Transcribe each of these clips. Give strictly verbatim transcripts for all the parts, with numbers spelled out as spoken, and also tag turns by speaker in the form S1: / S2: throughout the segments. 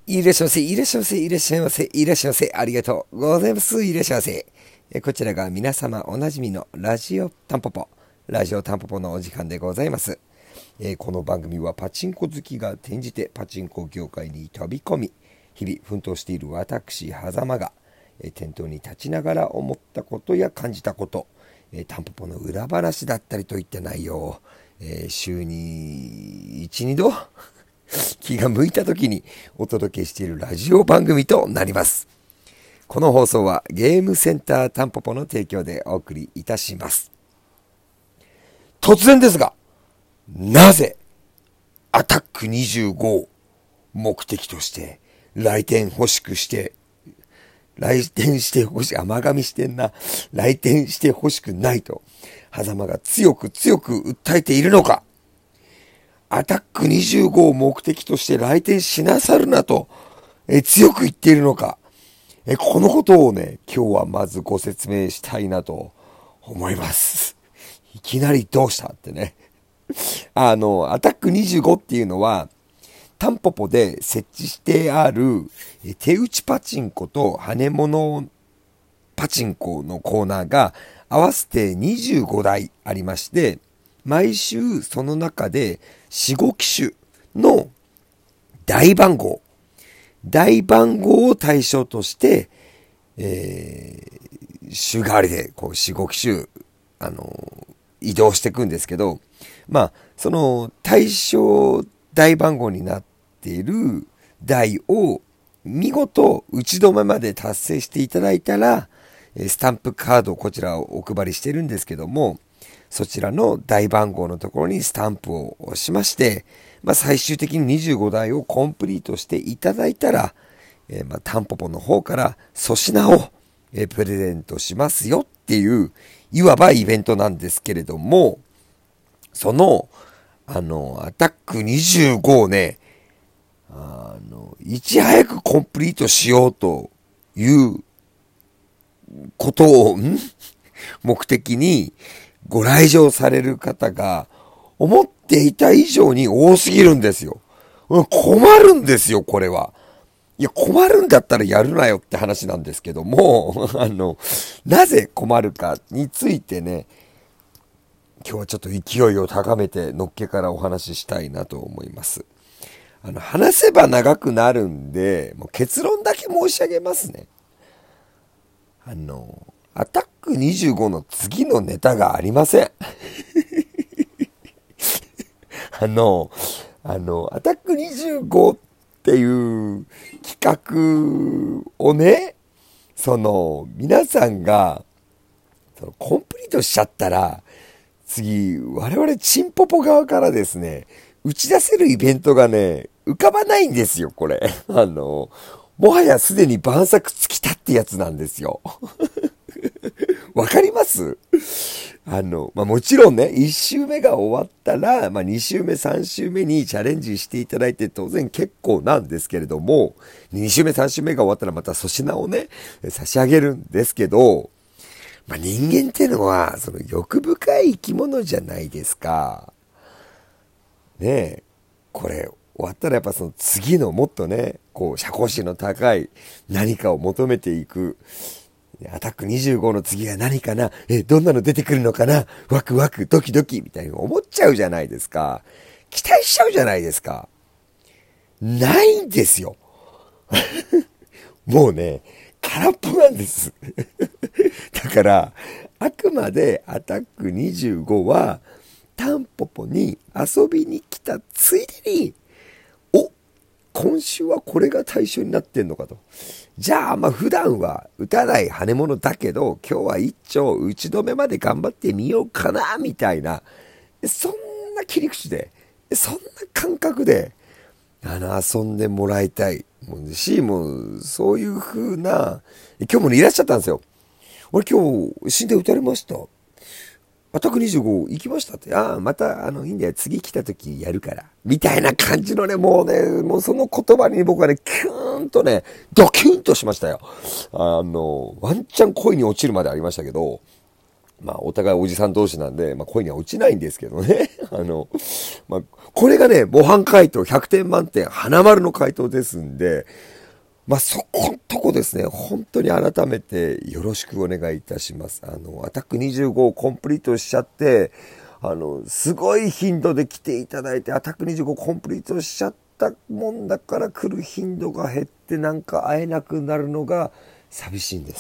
S1: いらっしゃいませ、いらっしゃいませ、いらっしゃいませ、いらっしゃいませ、ありがとうございます、いらっしゃいませ。えこちらが皆様おなじみのラジオタンポポ、ラジオタンポポのお時間でございます。えーこの番組はパチンコ好きが転じてパチンコ業界に飛び込み、日々奮闘している私、狭間が、えー店頭に立ちながら思ったことや感じたこと、えータンポポの裏話だったりといった内容を、えー週にいち、にど気が向いた時にお届けしているラジオ番組となります。この放送はゲームセンタータンポポの提供でお送りいたします。突然ですが、なぜアタックにじゅうごを目的として来店欲しくして、来店して欲しい、甘噛みしてんな、来店して欲しくないと、狭間が強く強く訴えているのか、アタックにじゅうごを目的として来店しなさるなと、え強く言っているのか、えこのことをね、今日はまずご説明したいなと思います。いきなりどうしたってね。あの、アタックにじゅうごっていうのは、タンポポで設置してあるえ手打ちパチンコと跳ね物パチンコのコーナーが合わせてにじゅうごだいありまして、毎週その中でよん、ご機種の大番号、大番号を対象として、えー、週替わりでこうよん、ご機種、あのー、移動していくんですけど、まあ、その対象大番号になっている台を見事打ち止めまで達成していただいたら、スタンプカードをこちらをお配りしてるんですけども、そちらの大番号のところにスタンプを押しまして、まあ、最終的ににじゅうごだいをコンプリートしていただいたら、えー、まあタンポポの方から粗品を、えー、プレゼントしますよっていう、いわばイベントなんですけれども、その、あの、アタックにじゅうごをね、あの、いち早くコンプリートしようということを、ん目的にご来場される方が思っていた以上に多すぎるんですよ。困るんですよ、これは。いや、困るんだったらやるなよって話なんですけども、あの、なぜ困るかについてね、今日はちょっと勢いを高めてのっけからお話ししたいなと思います。あの、話せば長くなるんで、もう結論だけ申し上げますね。あの、アタックにじゅうごの次のネタがありません。あの、あの、アタックにじゅうごっていう企画をね、その、皆さんが、そのコンプリートしちゃったら、次、我々チンポポ側からですね、打ち出せるイベントがね、浮かばないんですよ、これ。あの、もはやすでに晩作尽きたってやつなんですよ。わかります？あの、まあ、もちろんね、いち周目が終わったら、まあ、に周目、さん周目にチャレンジしていただいて当然結構なんですけれども、に周目、さん周目が終わったらまた粗品をね、差し上げるんですけど、まあ、人間っていうのは、その欲深い生き物じゃないですか。ねえ、これ終わったらやっぱその次のもっとね、こう、社交心の高い何かを求めていく。アタックにじゅうごの次は何かな、え、どんなの出てくるのかな、ワクワク、ドキドキみたいに思っちゃうじゃないですか。期待しちゃうじゃないですか。ないんですよ。もうね、空っぽなんです。だから、あくまでアタックにじゅうごは、タンポポに遊びに来たついでに、お、今週はこれが対象になってんのかと。じゃあ、まあ普段は打たない跳ね物だけど、今日は一丁打ち止めまで頑張ってみようかな、みたいな。そんな切り口で、そんな感覚で、あの、遊んでもらいたい。もうし、もう、そういう風な、今日もね、いらっしゃったんですよ。俺今日、死んで打たれました。アタックにじゅうご行きましたって。ああ、また、あの、いいんだよ。次来た時やるから。みたいな感じのね、もうね、もうその言葉に僕はね、キューンとね、ドキュンとしましたよ。あの、ワンチャン恋に落ちるまでありましたけど、 まあ、お互いおじさん同士なんで、まあ、恋には落ちないんですけどね。あの、まあ、これがね、模範解答ひゃくてん満点、花丸の回答ですんで、まあ、そこんとこですね、本当に改めてよろしくお願いいたします。あの、アタックにじゅうごをコンプリートしちゃって、あの、すごい頻度で来ていただいて、アタックにじゅうごコンプリートしちゃったもんだから来る頻度が減ってなんか会えなくなるのが寂しいんです。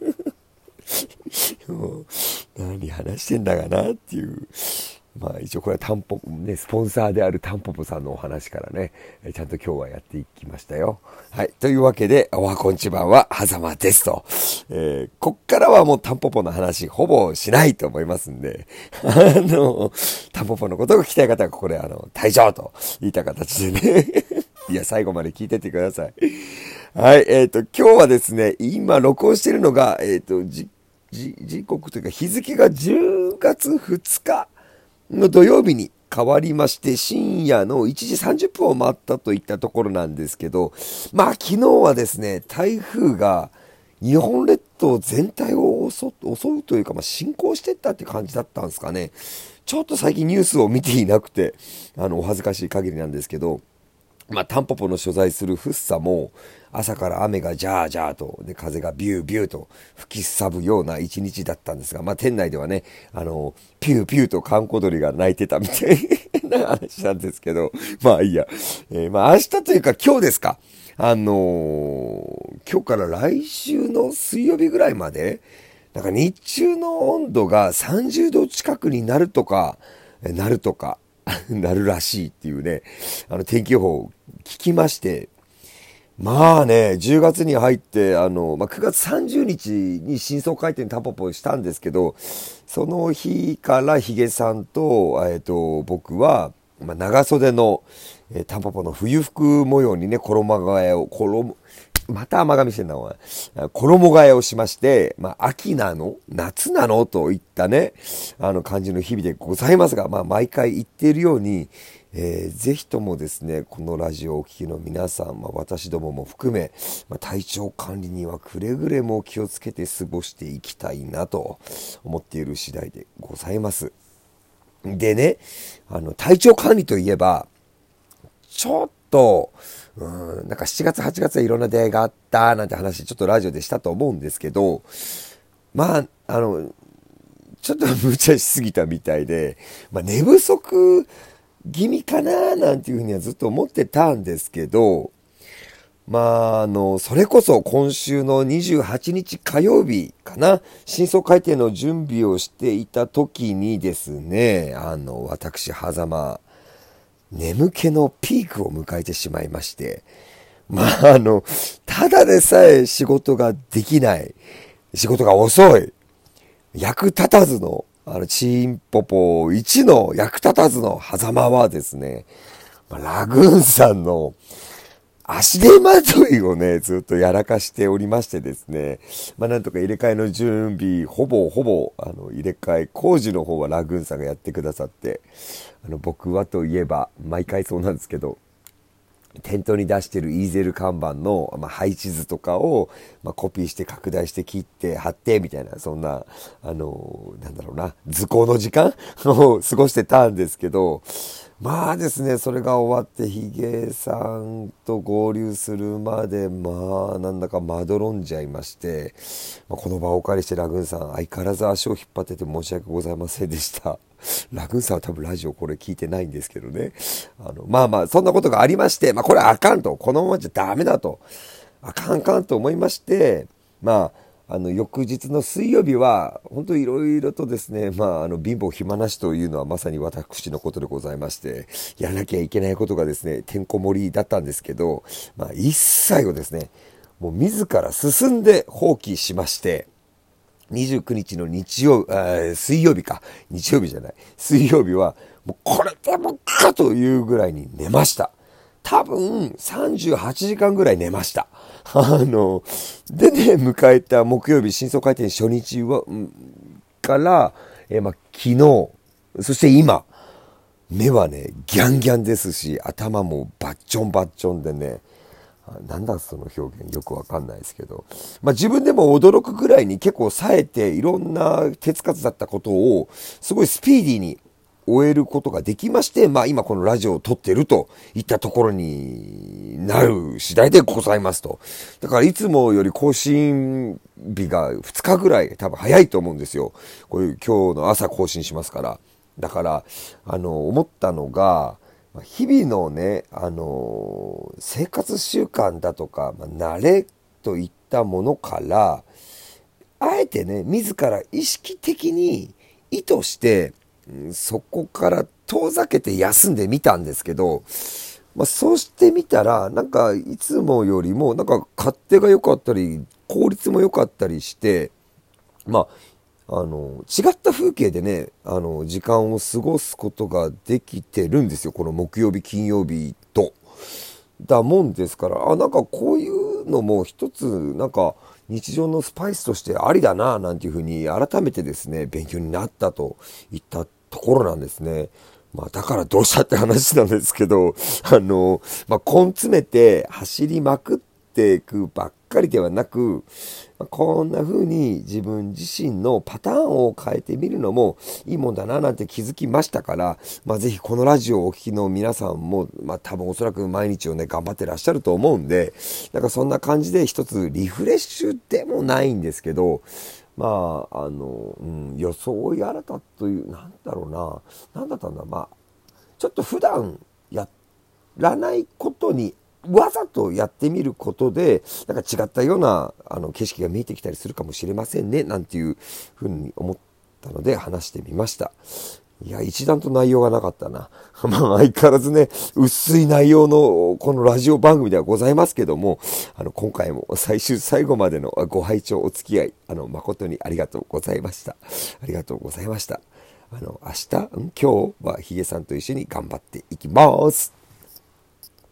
S1: もう何話してんだかなっていう。まあ一応これはタンポポね、スポンサーであるタンポポさんのお話からね、ちゃんと今日はやっていきましたよ。はい。というわけで、おはこんちばんは、はざまですと。えー、こっからはもうタンポポの話、ほぼしないと思いますんで、あの、タンポポのことが聞きたい方はここで、あの、退場と言った形でね。いや、最後まで聞いてってください。はい。えっと、今日はですね、今録音してるのが、えっと、じ、じ、時刻というか日付がじゅうがつふつかの土曜日に変わりまして、深夜のいちじさんじゅっぷんを回ったといったところなんですけど、まあ昨日はですね、台風が日本列島全体を襲うというか、まあ進行していったって感じだったんですかね。ちょっと最近ニュースを見ていなくて、あの、お恥ずかしい限りなんですけど、まあ、タンポポの所在するフッサも、朝から雨がジャージャーと、で、風がビュービューと吹きすさぶような一日だったんですが、まあ、店内ではね、あの、ピューピューと閑古鳥が鳴いてたみたいな話なんですけど、まあいいや。えー、まあ明日というか今日ですか。あのー、今日から来週の水曜日ぐらいまで、なんか日中の温度がさんじゅうど近くになるとか、なるとか、なるらしいっていうね、あの天気予報聞きまして、まあね、じゅうがつに入って、あの、まあ、くがつさんじゅうにちに新装開店タンポポしたんですけど、その日からヒゲさんと、えっと、僕は、まあ、長袖の、えー、タンポポの冬服模様にね、衣替えを、衣、また甘噛みしてんな、お前。衣替えをしまして、まあ、秋なの夏なのといったね、あの感じの日々でございますが、まあ、毎回言っているように、えー、ぜひともですね、このラジオをお聞きの皆さん、まあ、私どもも含め、まあ、体調管理にはくれぐれも気をつけて過ごしていきたいなと思っている次第でございます。でね、あの、体調管理といえば、ちょっと、うん、なんかしちがつはちがつはいろんな出会いがあったなんて話ちょっとラジオでしたと思うんですけど、まあ、あの、ちょっと無茶しすぎたみたいで、まあ寝不足気味かななんていうふうにはずっと思ってたんですけど、まあ、あの、それこそ今週のにじゅうはちにち火曜日かな、新装開店の準備をしていた時にですね、あの、私、狭間、眠気のピークを迎えてしまいまして、まあ、あの、ただでさえ仕事ができない、仕事が遅い、役立たずの、あの、チンポポいちの役立たずの狭間はですね、まあ、ラグーンさんの足手まといをね、ずっとやらかしておりましてですね、まあなんとか入れ替えの準備、ほぼほぼ、あの、入れ替え、工事の方はラグーンさんがやってくださって、あの、僕はといえば、毎回そうなんですけど、店頭に出してるイーゼル看板の、まあ、配置図とかを、まあ、コピーして拡大して切って貼ってみたいな、そんな、あの、なんだろうな、図工の時間を過ごしてたんですけど、まあですね、それが終わってヒゲさんと合流するまで、まあなんだかまどろんじゃいまして、まあ、この場をお借りしてラグーンさん相変わらず足を引っ張ってて申し訳ございませんでした。ラグーンさんは多分ラジオこれ聞いてないんですけどね。あの、まあまあそんなことがありまして、まあこれはあかんと、このままじゃダメだと、あかんかんと思いまして、まあ、あの翌日の水曜日は本当いろいろとですね、まあ、あの貧乏暇なしというのはまさに私のことでございまして、やらなきゃいけないことがですねてんこ盛りだったんですけど、まあ、一切をですねもう自ら進んで放棄しまして、にじゅうくにちの日曜、えー、水曜日か日曜日じゃない水曜日はもうこれでもかというぐらいに寝ました。多分さんじゅうはちじかんぐらい寝ました。あの、でね、迎えた木曜日、新装開店初日は、から、えー、まあ、昨日、そして今、目はね、ギャンギャンですし、頭もバッチョンバッチョンでね、 なんだその表現よくわかんないですけど、まあ自分でも驚くぐらいに結構冴えていろんな手つかずだったことをすごいスピーディーに終えることができまして、まあ今このラジオを撮っているといったところになる次第でございますと。だからいつもより更新日がふつかぐらい多分早いと思うんですよ。こういう今日の朝更新しますから。だからあの思ったのが、日々のね、あのー、生活習慣だとか、まあ、慣れといったものから、あえてね、自ら意識的に意図して、うん、そこから遠ざけて休んでみたんですけど、まあ、そうしてみたら、なんかいつもよりも、なんか勝手が良かったり、効率も良かったりして、まあ、あの、違った風景でね、あの、時間を過ごすことができてるんですよ。この木曜日、金曜日と。だもんですから、あ、なんかこういうのも一つ、なんか日常のスパイスとしてありだな、なんていうふうに改めてですね、勉強になったといったところなんですね。まあだからどうしたって話なんですけど、あの、まあ根詰めて走りまくっていくばっかりではなく、こんな風に自分自身のパターンを変えてみるのもいいもんだななんて気づきましたから、まあぜひこのラジオをお聞きの皆さんも、まあ多分おそらく毎日をね頑張ってらっしゃると思うんで、なんかそんな感じで一つリフレッシュでもないんですけど、まああの、うん、装い新たという、なんだろうな、なんだったんだ、まあちょっと普段やらないことにわざとやってみることで、なんか違ったようなあの景色が見えてきたりするかもしれませんね、なんていうふうに思ったので話してみました。いや、一段と内容がなかったな。まあ相変わらずね、薄い内容のこのラジオ番組ではございますけども、あの今回も最終最後までのご拝聴お付き合い、あの誠にありがとうございました。ありがとうございました。あの明日、ん今日はヒゲさんと一緒に頑張っていきます。